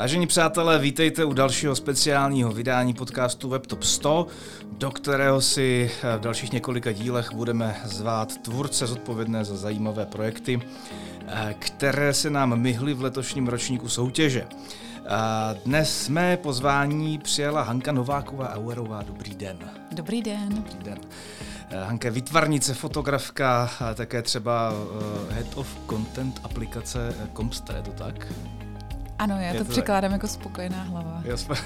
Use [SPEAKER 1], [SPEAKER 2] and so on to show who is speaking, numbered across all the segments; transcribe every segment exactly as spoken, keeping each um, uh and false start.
[SPEAKER 1] Vážení přátelé, vítejte u dalšího speciálního vydání podcastu WebTop sto, do kterého si v dalších několika dílech budeme zvát tvůrce zodpovědné za zajímavé projekty, které se nám myhly v letošním ročníku soutěže. Dnes jsme pozvání přijala Hanka Nováková-Auerová. Dobrý den.
[SPEAKER 2] Dobrý den.
[SPEAKER 1] Dobrý den. Hanka je výtvarnice, fotografka, a také třeba Head of Content aplikace Comstar, je to tak?
[SPEAKER 2] Ano, já
[SPEAKER 1] je
[SPEAKER 2] to,
[SPEAKER 1] to
[SPEAKER 2] překládám tak jako spokojená hlava.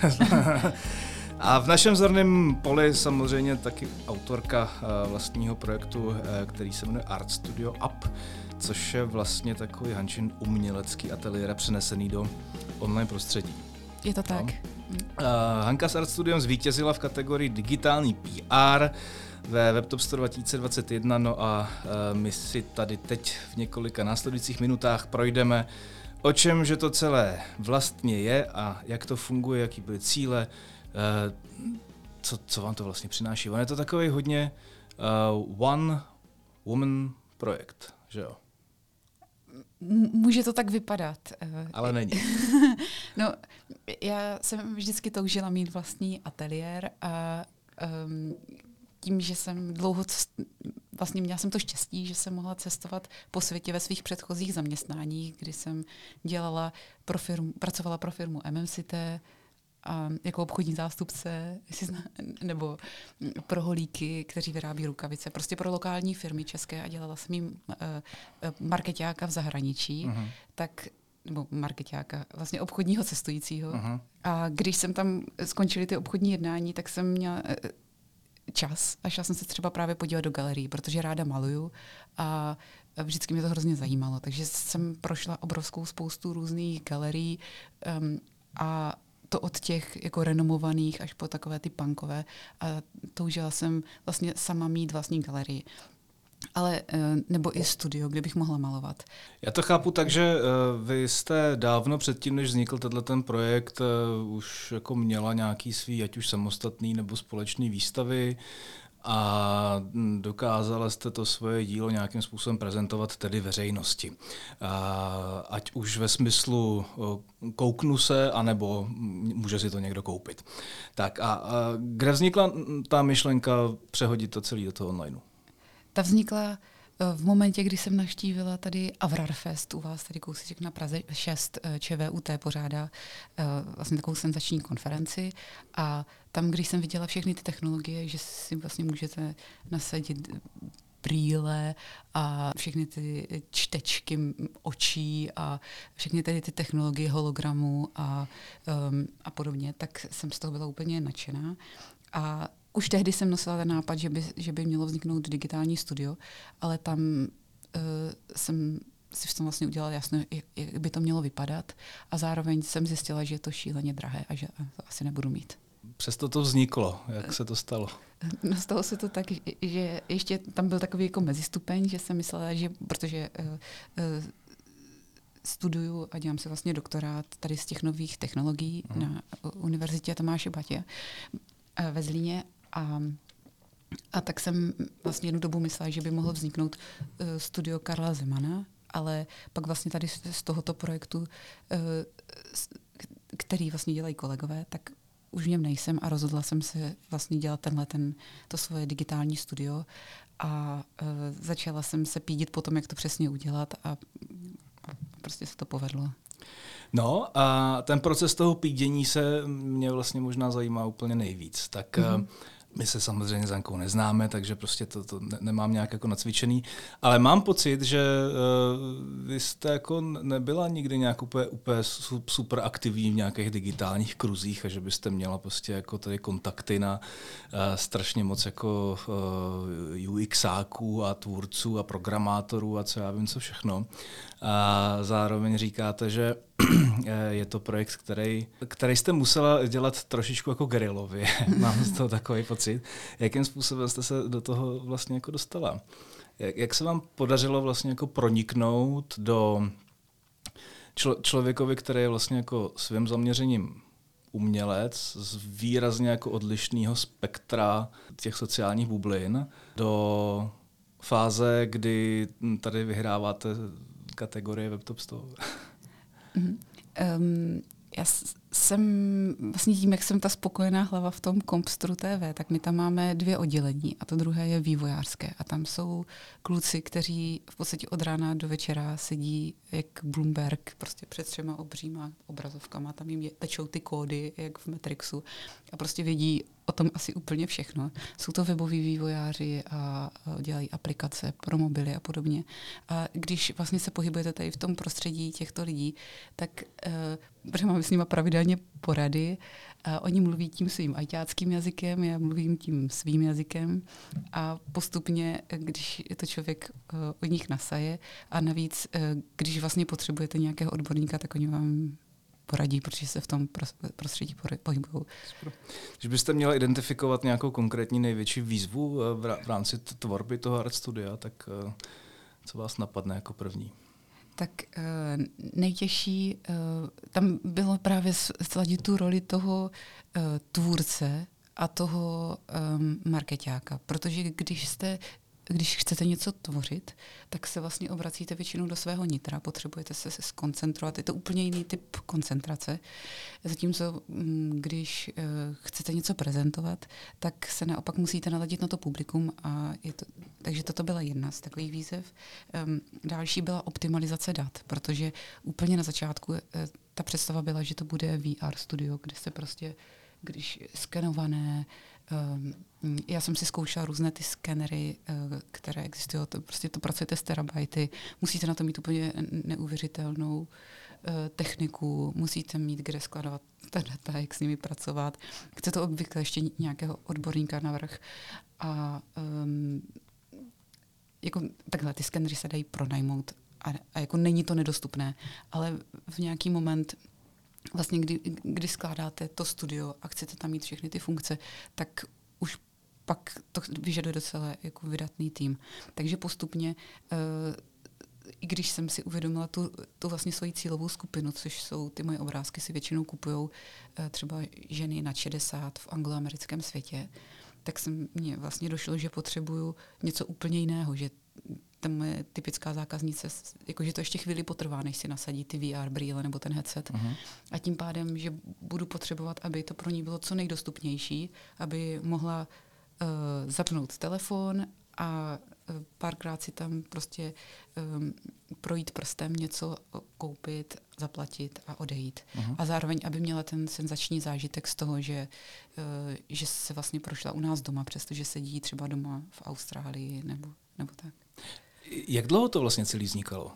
[SPEAKER 1] A v našem zorném poli samozřejmě taky autorka vlastního projektu, který se jmenuje Art Studio App, což je vlastně takový Hančin umělecký ateliér přenesený do online prostředí.
[SPEAKER 2] Je to tak.
[SPEAKER 1] No. Hanka s Art Studiem zvítězila v kategorii digitální P R ve WebTop sto dva tisíce dvacet jedna, no a my si tady teď v několika následujících minutách projdeme, o čem že to celé vlastně je a jak to funguje, jaký byly cíle, co, co vám to vlastně přináší. On je to takový hodně uh, one woman projekt, že jo?
[SPEAKER 2] Může to tak vypadat.
[SPEAKER 1] Ale není.
[SPEAKER 2] No, já jsem vždycky toužila mít vlastní ateliér a um, tím, že jsem dlouho cest... vlastně měla jsem to štěstí, že jsem mohla cestovat po světě ve svých předchozích zaměstnáních, kdy jsem dělala pro firmu, pracovala pro firmu M M C T a jako obchodní zástupce nebo pro holíky, kteří vyrábí rukavice, prostě pro lokální firmy české a dělala jsem jim uh, markeťáka v zahraničí, uh-huh. tak nebo markeťáka, vlastně obchodního cestujícího. Uh-huh. A když jsem tam skončily ty obchodní jednání, tak jsem měla uh, čas a šla jsem se třeba právě podívat do galerií, protože ráda maluju a vždycky mě to hrozně zajímalo. Takže jsem prošla obrovskou spoustu různých galerií um, a to od těch jako renomovaných až po takové ty punkové a toužila jsem vlastně sama mít vlastní galerii. Ale nebo i studio, kde bych mohla malovat.
[SPEAKER 1] Já to chápu tak, že vy jste dávno předtím, než vznikl tenhle ten projekt, už jako měla nějaký svý, ať už samostatný nebo společný výstavy a dokázala jste to svoje dílo nějakým způsobem prezentovat tedy veřejnosti. A ať už ve smyslu kouknu se, anebo může si to někdo koupit. Tak a, a kde vznikla ta myšlenka přehodit to celé do toho onlineu?
[SPEAKER 2] Ta vznikla v momentě, kdy jsem navštívila tady Avrarfest, u vás tady kousíček na Praze šest, ČVUT pořádá vlastně takovou senzační konferenci a tam, když jsem viděla všechny ty technologie, že si vlastně můžete nasadit brýle a všechny ty čtečky očí a všechny tady ty technologie hologramů a, um, a podobně, tak jsem z toho byla úplně nadšená. A už tehdy jsem nosila ten nápad, že by, že by mělo vzniknout digitální studio, ale tam uh, jsem si v tom vlastně udělala jasno, jak, jak by to mělo vypadat a zároveň jsem zjistila, že je to šíleně drahé a že to asi nebudu mít.
[SPEAKER 1] Přesto to vzniklo. Jak se to stalo?
[SPEAKER 2] No stalo se to tak, že ještě tam byl takový jako mezistupeň, že jsem myslela, že protože uh, uh, studuju a dělám si vlastně doktorát tady z těch nových technologií hmm. na Univerzitě Tomáše Batě uh, ve Zlíně. A, a tak jsem vlastně jednu dobu myslela, že by mohlo vzniknout uh, studio Karla Zemana, ale pak vlastně tady z, z tohoto projektu, uh, který vlastně dělají kolegové, tak už v něm nejsem a rozhodla jsem se vlastně dělat tenhle ten, to svoje digitální studio a uh, začala jsem se pídit po tom, jak to přesně udělat a, a prostě se to povedlo.
[SPEAKER 1] No a ten proces toho pídění se mě vlastně možná zajímá úplně nejvíc. Tak mm-hmm. my se samozřejmě s Hankou neznáme, takže prostě to, to ne, nemám nějak jako nacvičený, ale mám pocit, že uh, vy jste jako nebyla nikdy nějak úplně, úplně super aktivní v nějakých digitálních kruzích a že byste měla prostě jako tady kontakty na uh, strašně moc jako uh, UXáků a tvůrců a programátorů a co já vím co všechno. A zároveň říkáte, že je to projekt, který, který jste musela dělat trošičku jako gerilově. Mám z toho takový pocit. Jakým způsobem jste se do toho vlastně jako dostala? Jak, jak se vám podařilo vlastně jako proniknout do člo, člověkovi, který je vlastně jako svým zaměřením umělec z výrazně jako odlišného spektra těch sociálních bublin do fáze, kdy tady vyhráváte kategorie WebTop sto?
[SPEAKER 2] Mm-hmm. Um, já jsem vlastně tím, jak jsem ta spokojená hlava v tom Kompstru T V, tak my tam máme dvě oddělení a to druhé je vývojářské. A tam jsou kluci, kteří v podstatě od rána do večera sedí jak Bloomberg, prostě před třema obříma obrazovkama. Tam jim je, tečou ty kódy, jak v Matrixu a prostě vědí o tom asi úplně všechno. Jsou to weboví vývojáři a dělají aplikace pro mobily a podobně. A když vlastně se pohybujete tady v tom prostředí těchto lidí, tak uh, protože máme s nimi pravidelně porady, a oni mluví tím svým ajťáckým jazykem, já mluvím tím svým jazykem a postupně, když je to člověk uh, od nich nasaje a navíc, uh, když vlastně potřebujete nějakého odborníka, tak oni vám poradí, protože se v tom prostředí pohybují.
[SPEAKER 1] Když byste měla identifikovat nějakou konkrétní největší výzvu v rámci tvorby toho Art Studia, tak co vás napadne jako první?
[SPEAKER 2] Tak uh, nejtěžší, uh, tam bylo právě sladit tu roli toho uh, tvůrce a toho um, markeťáka, protože když jste Když chcete něco tvořit, tak se vlastně obracíte většinou do svého nitra, potřebujete se skoncentrovat. Je to úplně jiný typ koncentrace. Zatímco, když uh, chcete něco prezentovat, tak se naopak musíte naladit na to publikum. A je to, takže toto byla jedna z takových výzev. Um, další byla optimalizace dat, protože úplně na začátku uh, ta představa byla, že to bude V R studio, kde se prostě, když skenované, Um, já jsem si zkoušela různé ty skenery, uh, které existují, to, prostě to pracujete s terabajty, musíte na to mít úplně neuvěřitelnou uh, techniku, musíte mít kde skladovat ta data, jak s nimi pracovat. Chce to obvykle ještě nějakého odborníka navrch. A um, jako, takhle, ty skenery se dají pronajmout a, a jako není to nedostupné, ale v nějaký moment vlastně, kdy, kdy skládáte to studio a chcete tam mít všechny ty funkce, tak už pak to vyžaduje docela jako vydatný tým. Takže postupně, uh, i když jsem si uvědomila tu, tu vlastně svoji cílovou skupinu, což jsou ty moje obrázky, si většinou kupujou uh, třeba ženy nad šedesát v angloamerickém světě, tak jsem mně vlastně došlo, že potřebuju něco úplně jiného, že ta moje typická zákaznice, jakože to ještě chvíli potrvá, než si nasadí ty V R brýle nebo ten headset. Uh-huh. A tím pádem, že budu potřebovat, aby to pro ní bylo co nejdostupnější, aby mohla uh, zapnout telefon a uh, párkrát si tam prostě um, projít prstem, něco koupit, zaplatit a odejít. Uh-huh. A zároveň, aby měla ten senzační zážitek z toho, že, uh, že se vlastně prošla u nás doma, přestože sedí třeba doma v Austrálii nebo, nebo tak.
[SPEAKER 1] Jak dlouho to vlastně celý vznikalo? Uh,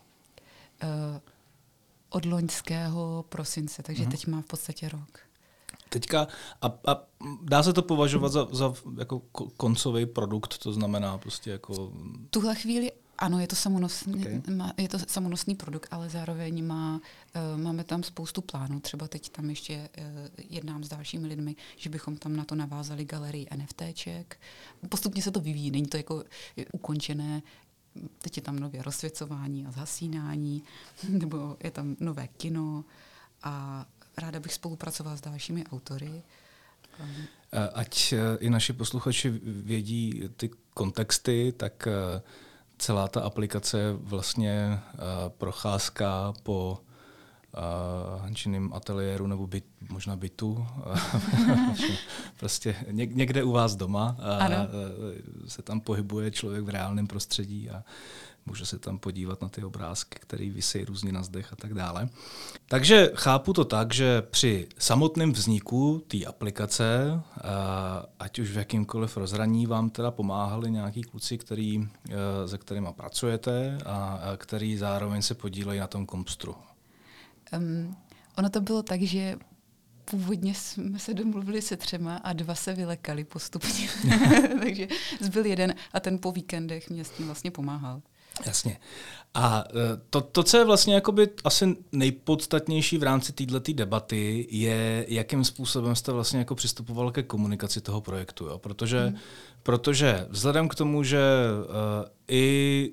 [SPEAKER 2] od loňského prosince, takže uh-huh. teď má v podstatě rok.
[SPEAKER 1] Teďka, a, a dá se to považovat za, za jako koncový produkt, to znamená prostě jako...
[SPEAKER 2] Tuhle chvíli ano, je to samonosný, okay. má, je to samonosný produkt, ale zároveň má, uh, máme tam spoustu plánů. Třeba teď tam ještě uh, jednám s dalšími lidmi, že bychom tam na to navázali galerii NFTček. Postupně se to vyvíjí, není to jako ukončené. Teď je tam nové rozsvěcování a zhasínání, nebo je tam nové kino a ráda bych spolupracovala s dalšími autory.
[SPEAKER 1] Ať i naši posluchači vědí ty kontexty, tak celá ta aplikace je vlastně procházka po Hančiným ateliéru nebo byt, možná bytu, prostě někde u vás doma a se tam pohybuje člověk v reálném prostředí a může se tam podívat na ty obrázky, které visejí různě na zdech a tak dále. Takže chápu to tak, že při samotném vzniku té aplikace, ať už v jakýmkoliv rozhraní, vám teda pomáhali nějaký kluci, který, se kterými pracujete a který zároveň se podílejí na tom Kompstru.
[SPEAKER 2] Um, ono to bylo tak, že původně jsme se domluvili se třema a dva se vylekali postupně. Takže zbyl jeden a ten po víkendech mě s tím vlastně pomáhal.
[SPEAKER 1] Jasně. A to, to co je vlastně jakoby asi nejpodstatnější v rámci této debaty, je, jakým způsobem jste vlastně jako přistupoval ke komunikaci toho projektu. Jo? Protože, hmm. protože vzhledem k tomu, že uh, i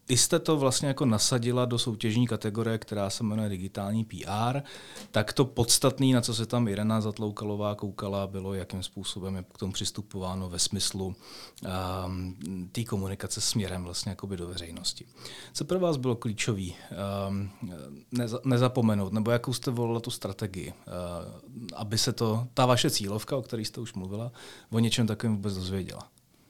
[SPEAKER 1] i jste to vlastně jako nasadila do soutěžní kategorie, která se jmenuje digitální P R, tak to podstatné, na co se tam Irena Zatloukalová koukala, bylo, jakým způsobem je k tomu přistupováno ve smyslu um, té komunikace směrem vlastně jakoby do veřejnosti. Co pro vás bylo klíčový um, neza, nezapomenout, nebo jakou jste volila tu strategii, uh, aby se to, ta vaše cílovka, o které jste už mluvila, o něčem takovém vůbec dozvěděla?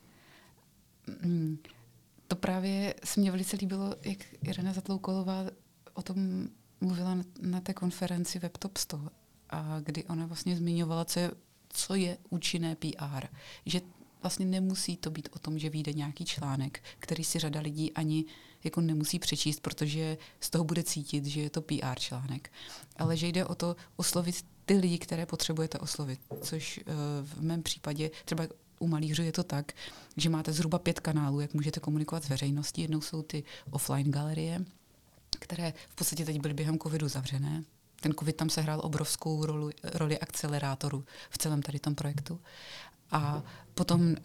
[SPEAKER 2] Mm. To právě se mně velice líbilo, jak Irena Zatloukalová o tom mluvila na té konferenci WebTop sto, a kdy ona vlastně zmiňovala, co je, co je účinné P R. Že vlastně nemusí to být o tom, že vyjde nějaký článek, který si řada lidí ani jako nemusí přečíst, protože z toho bude cítit, že je to P R článek. Ale že jde o to oslovit ty lidi, které potřebujete oslovit, což uh, v mém případě třeba u malířů je to tak, že máte zhruba pět kanálů, jak můžete komunikovat s veřejností. Jednou jsou ty offline galerie, které v podstatě teď byly během covidu zavřené. Ten covid tam sehrál obrovskou roli, roli akcelerátoru v celém tady tom projektu. A potom uh,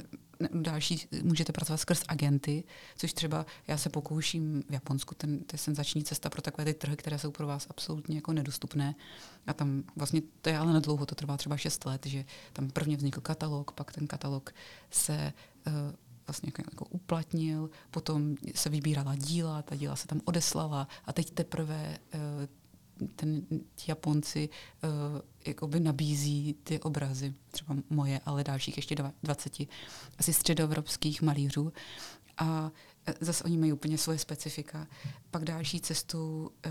[SPEAKER 2] další můžete pracovat skrz agenty, což třeba já se pokouším v Japonsku, ten, to je senzační cesta pro takové ty trhy, které jsou pro vás absolutně jako nedostupné. A tam vlastně, to je ale nedlouho, to trvá třeba šest let, že tam prvně vznikl katalog, pak ten katalog se uh, vlastně jako, jako uplatnil, potom se vybírala díla, ta díla se tam odeslala a teď teprve uh, ten, ti Japonci uh, jakoby nabízí ty obrazy, třeba moje, ale dalších ještě dvacet asi středoevropských malířů. A zase oni mají úplně svoje specifika. Pak další cestou uh,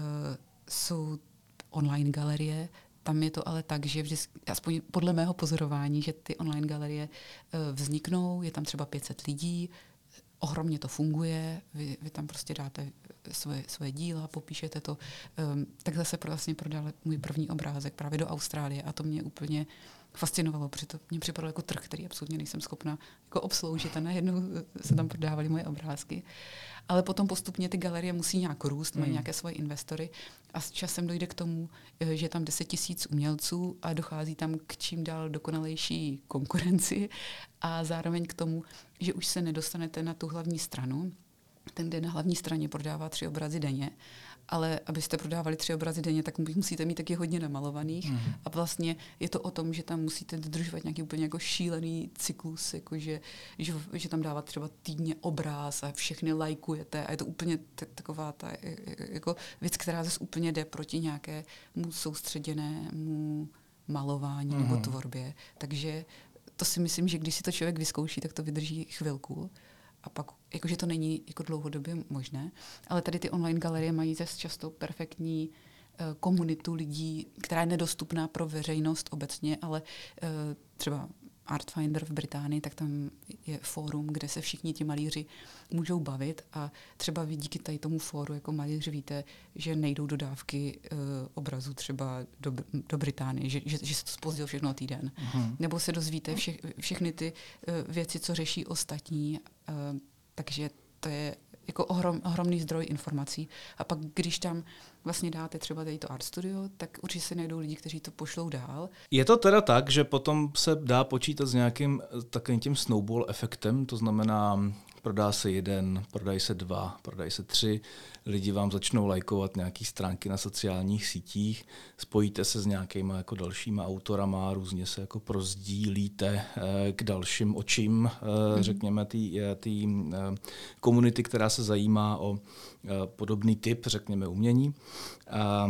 [SPEAKER 2] jsou online galerie. Tam je to ale tak, že vždycky, aspoň podle mého pozorování, že ty online galerie uh, vzniknou, je tam třeba pět set lidí, ohromně to funguje, vy, vy tam prostě dáte svoje, svoje díla, popíšete to. Um, tak zase vlastně prodal můj první obrázek právě do Austrálie a to mě úplně fascinovalo, protože to mě připadalo jako trh, který absolutně nejsem schopna jako obsloužit a najednou se tam prodávaly moje obrázky. Ale potom postupně ty galerie musí nějak růst, mají mm. nějaké svoje investory a s časem dojde k tomu, že je tam deset tisíc umělců a dochází tam k čím dál dokonalejší konkurenci a zároveň k tomu, že už se nedostanete na tu hlavní stranu. Ten, kde na hlavní straně prodává tři obrazy denně, ale abyste prodávali tři obrazy denně, tak musíte mít taky hodně namalovaných. Mm. A vlastně je to o tom, že tam musíte dodržovat nějaký úplně jako šílený cyklus, jako že, že, že tam dávat třeba týdně obráz a všechny lajkujete a je to úplně t- taková ta jako věc, která zase úplně jde proti nějakému soustředěnému malování mm. nebo tvorbě. Takže to si myslím, že když si to člověk vyzkouší, tak to vydrží chvilku. A pak, jakože to není jako dlouhodobě možné, ale tady ty online galerie mají zase často perfektní uh, komunitu lidí, která je nedostupná pro veřejnost obecně, ale uh, třeba Artfinder v Británii, tak tam je fórum, kde se všichni ti malíři můžou bavit a třeba vy díky tady tomu fóru jako malíři víte, že nejdou dodávky uh, obrazů třeba do, do Británie, že, že, že se to zpozdil všechno týden. Uh-huh. Nebo se dozvíte vše, všechny ty uh, věci, co řeší ostatní, uh, takže to je jako ohrom, ohromný zdroj informací. A pak, když tam vlastně dáte třeba tady to Art Studio, tak určitě se najdou lidi, kteří to pošlou dál.
[SPEAKER 1] Je to teda tak, že potom se dá počítat s nějakým takovým tím snowball efektem, to znamená, prodá se jeden, prodají se dva, prodají se tři, lidi vám začnou lajkovat nějaké stránky na sociálních sítích, spojíte se s nějakýma jako dalšíma autorama, různě se jako prozdílíte k dalším očím, mm-hmm. řekněme, té komunity, která se zajímá o podobný typ, řekněme, umění. A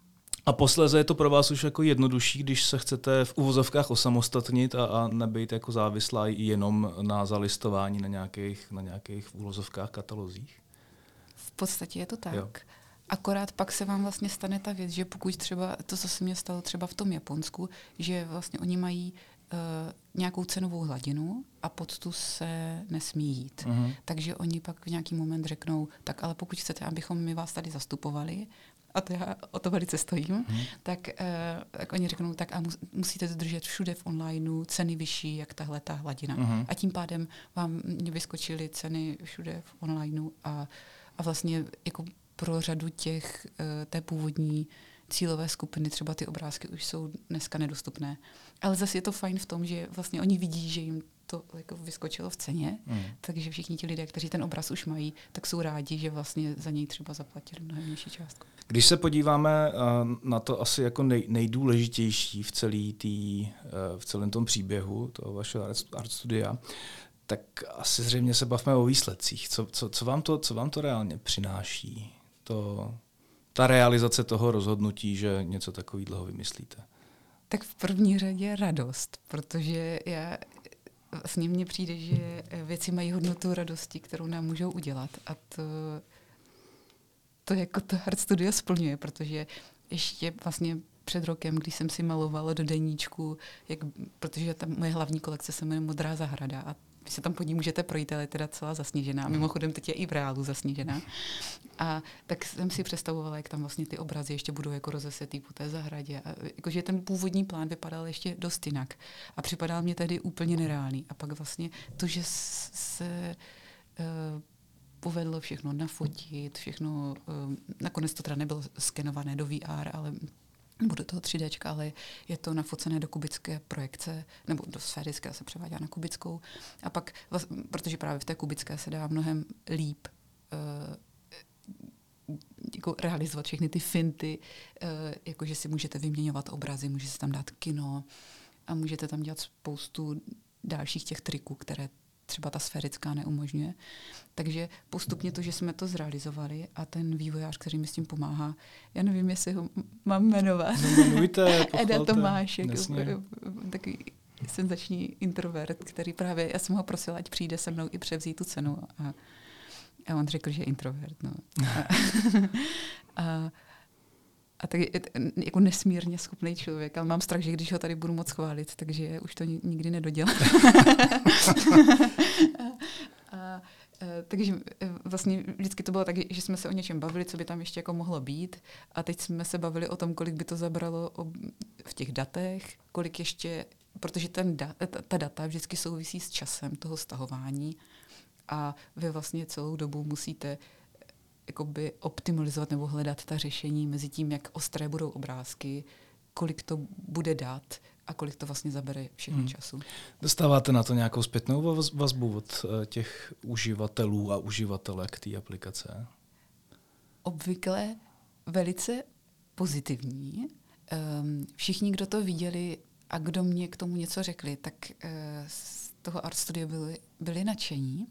[SPEAKER 1] A posléze je to pro vás už jako jednodušší, když se chcete v uvozovkách osamostatnit a, a nebejt jako závislá jenom na zalistování na nějakých, na nějakých v uvozovkách katalozích?
[SPEAKER 2] V podstatě je to tak.
[SPEAKER 1] Jo.
[SPEAKER 2] Akorát pak se vám vlastně stane ta věc, že pokud třeba, to, co se mě stalo třeba v tom Japonsku, že vlastně oni mají uh, nějakou cenovou hladinu a pod tu se nesmí jít. Uh-huh. Takže oni pak v nějaký moment řeknou, tak ale pokud chcete, abychom my vás tady zastupovali, a to já o to velice stojím, hmm. tak, uh, tak oni řeknou, tak a mus, musíte dodržet všude v onlineu ceny vyšší, jak tahle ta hladina. Hmm. A tím pádem vám vyskočily ceny všude v onlineu a, a vlastně jako pro řadu těch uh, té původní cílové skupiny třeba ty obrázky už jsou dneska nedostupné. Ale zase je to fajn v tom, že vlastně oni vidí, že jim to jako vyskočilo v ceně,
[SPEAKER 1] mm.
[SPEAKER 2] takže všichni ti lidé, kteří ten obraz už mají, tak jsou rádi, že vlastně za něj třeba zaplatili mnohem nižší částku.
[SPEAKER 1] Když se podíváme na to asi jako nej, nejdůležitější v, celý tý, v celém tom příběhu toho vašeho art studia, tak asi zřejmě se bavíme o výsledcích. Co, co, co, vám, to, co vám to reálně přináší? To, ta realizace toho rozhodnutí, že něco takového vymyslíte?
[SPEAKER 2] Tak v první řadě radost, protože já, vlastně mně přijde, že věci mají hodnotu radosti, kterou nám můžou udělat. A to, to jako to art studio splňuje, protože ještě vlastně před rokem, když jsem si malovala do deníčku, jak, protože ta moje hlavní kolekce se jmenuje Modrá zahrada a vy se tam pod ní můžete projít, ale je teda celá zasněžená. Mimochodem teď je i v reálu zasněžená. A tak jsem si představovala, jak tam vlastně ty obrazy ještě budou jako rozesetý po té zahradě. A jakože ten původní plán vypadal ještě dost jinak. A připadal mě tedy úplně nereálný. A pak vlastně to, že se uh, povedlo všechno nafotit, všechno, uh, nakonec to teda nebylo skenované do V R, ale bude toho tři déčka, ale je to nafocené do kubické projekce, nebo do sférické se převádí na kubickou. A pak, protože právě v té kubické se dá mnohem líp uh, jako realizovat všechny ty finty, uh, jakože si můžete vyměňovat obrazy, můžete tam dát kino a můžete tam dělat spoustu dalších těch triků, které třeba ta sférická neumožňuje. Takže postupně to, že jsme to zrealizovali a ten vývojář, který mi s tím pomáhá, já nevím, jestli ho mám jmenovat.
[SPEAKER 1] No, jmenujte,
[SPEAKER 2] Eda Tomášek, takový senzační introvert, který právě, já jsem ho prosila, ať přijde se mnou i převzít tu cenu a, a on řekl, že je introvert. No. A, a, a tak je jako nesmírně schopný člověk, ale mám strach, že když ho tady budu moc chválit, takže už to nikdy nedodělám. a, a, takže vlastně vždycky to bylo tak, že jsme se o něčem bavili, co by tam ještě jako mohlo být a teď jsme se bavili o tom, kolik by to zabralo v těch datech, kolik ještě, protože ten da, ta, ta data vždycky souvisí s časem toho stahování a vy vlastně celou dobu musíte jakoby optimalizovat nebo hledat ta řešení mezi tím, jak ostré budou obrázky, kolik to bude dat a kolik to vlastně zabere všechno hmm. času.
[SPEAKER 1] Dostáváte na to nějakou zpětnou vazbu od těch uživatelů a uživatelek té aplikace?
[SPEAKER 2] Obvykle velice pozitivní. Všichni, kdo to viděli a kdo mě k tomu něco řekli, tak z toho art studia byli, byli nadšení.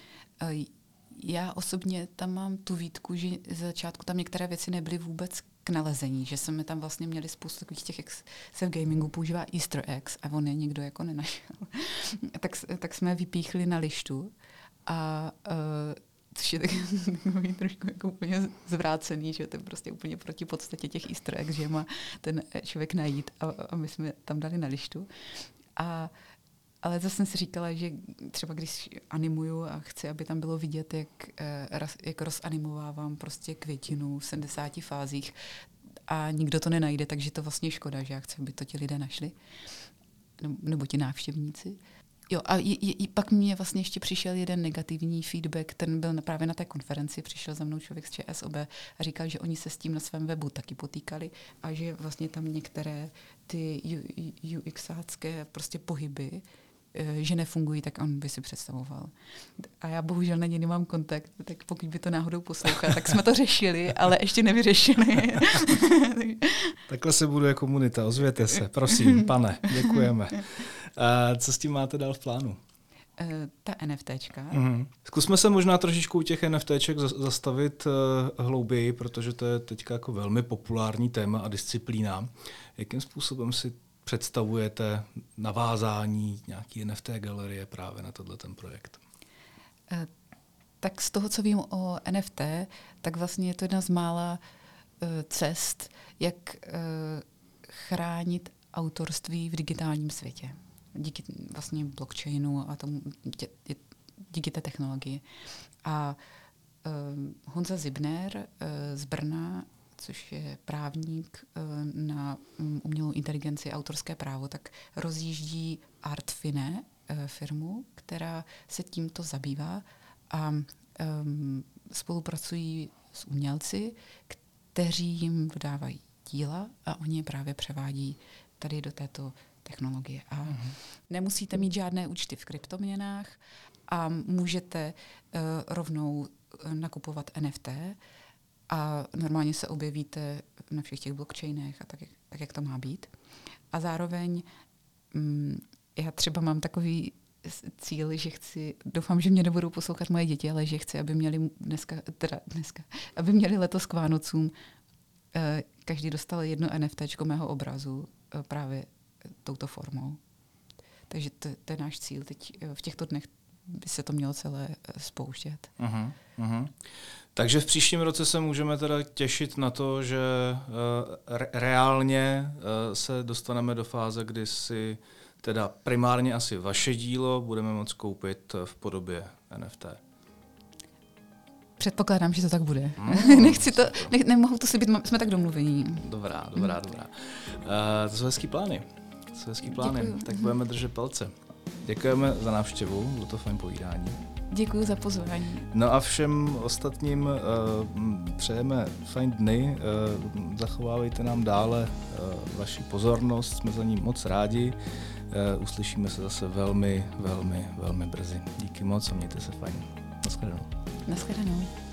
[SPEAKER 2] Já osobně tam mám tu výtku, že z začátku tam některé věci nebyly vůbec k nalezení, že jsme tam vlastně měli spoustu takových těch, jak se v gamingu používá easter eggs a on je nikdo jako nenašel. tak, tak jsme vypíchli na lištu a uh, což je takový trošku jako úplně zvrácený, že to je prostě úplně proti podstatě těch easter eggs, že má ten člověk najít a, a my jsme tam dali na lištu. A ale zase jsem si říkala, že třeba když animuju a chci, aby tam bylo vidět, jak, jak rozanimovávám prostě květinu v sedmdesáti fázích a nikdo to nenajde, takže to vlastně škoda, že já chci, aby to ti lidé našli, nebo ti návštěvníci. Jo, a je, je, pak mě vlastně ještě přišel jeden negativní feedback, ten byl právě na té konferenci, přišel za mnou člověk z ČSOB a říkal, že oni se s tím na svém webu taky potýkali a že vlastně tam některé ty UXácké prostě pohyby, že nefungují, tak on by si představoval. A já bohužel na něj nemám kontakt, tak pokud by to náhodou poslouchal, tak jsme to řešili, ale ještě nevyřešili.
[SPEAKER 1] Takhle se buduje komunita, ozvěte se, prosím, pane, děkujeme. A co s tím máte dál v plánu?
[SPEAKER 2] Ta NFTčka.
[SPEAKER 1] Mm-hmm. Zkusme se možná trošičku u těch NFTček zastavit uh, hlouběji, protože to je teďka jako velmi populární téma a disciplína. Jakým způsobem si představujete navázání nějaký N F T galerie právě na tenhle ten projekt?
[SPEAKER 2] Uh, tak z toho, co vím o N F T, tak vlastně je to jedna z mála uh, cest, jak uh, chránit autorství v digitálním světě. Díky vlastně blockchainu a tomu, dě, dě, díky té technologii. A uh, Honza Zibner uh, z Brna, což je právník uh, na um, umělou inteligenci a autorské právo, tak rozjíždí Artfine uh, firmu, která se tímto zabývá a um, spolupracují s umělci, kteří jim dodávají díla a oni je právě převádí tady do této technologie. A mm-hmm. nemusíte mít žádné účty v kryptoměnách a můžete uh, rovnou nakupovat N F T a normálně se objevíte na všech těch blockchainech a tak, tak jak to má být. A zároveň mm, já třeba mám takový cíl, že chci, doufám, že mě nebudou poslouchat moje děti, ale že chci, aby měli dneska, teda dneska, aby měli letos k Vánocům, eh, každý dostal jedno NFTčko mého obrazu eh, právě touto formou. Takže to, to je náš cíl. Teď eh, v těchto dnech by se to mělo celé eh, spouštět.
[SPEAKER 1] Uh-huh, uh-huh. Takže v příštím roce se můžeme teda těšit na to, že uh, re- reálně uh, se dostaneme do fáze, kdy si teda primárně asi vaše dílo budeme moct koupit v podobě N F T.
[SPEAKER 2] Předpokládám, že to tak bude. Mm, Nechci to, ne, nemohu to slibit, jsme tak domluvení.
[SPEAKER 1] Dobrá, dobrá, mm. dobrá. Uh, to jsou hezký plány. To jsou hezký plány. Děkuju. Tak budeme držet palce. Děkujeme za návštěvu, bylo to fajn povídání.
[SPEAKER 2] Děkuji za pozvání.
[SPEAKER 1] No a všem ostatním uh, přejeme fajn dny, uh, zachovávejte nám dále uh, vaši pozornost, jsme za ní moc rádi. Uh, uslyšíme se zase velmi, velmi, velmi brzy. Díky moc a mějte se fajn. Naschledanou.
[SPEAKER 2] Naschledanou.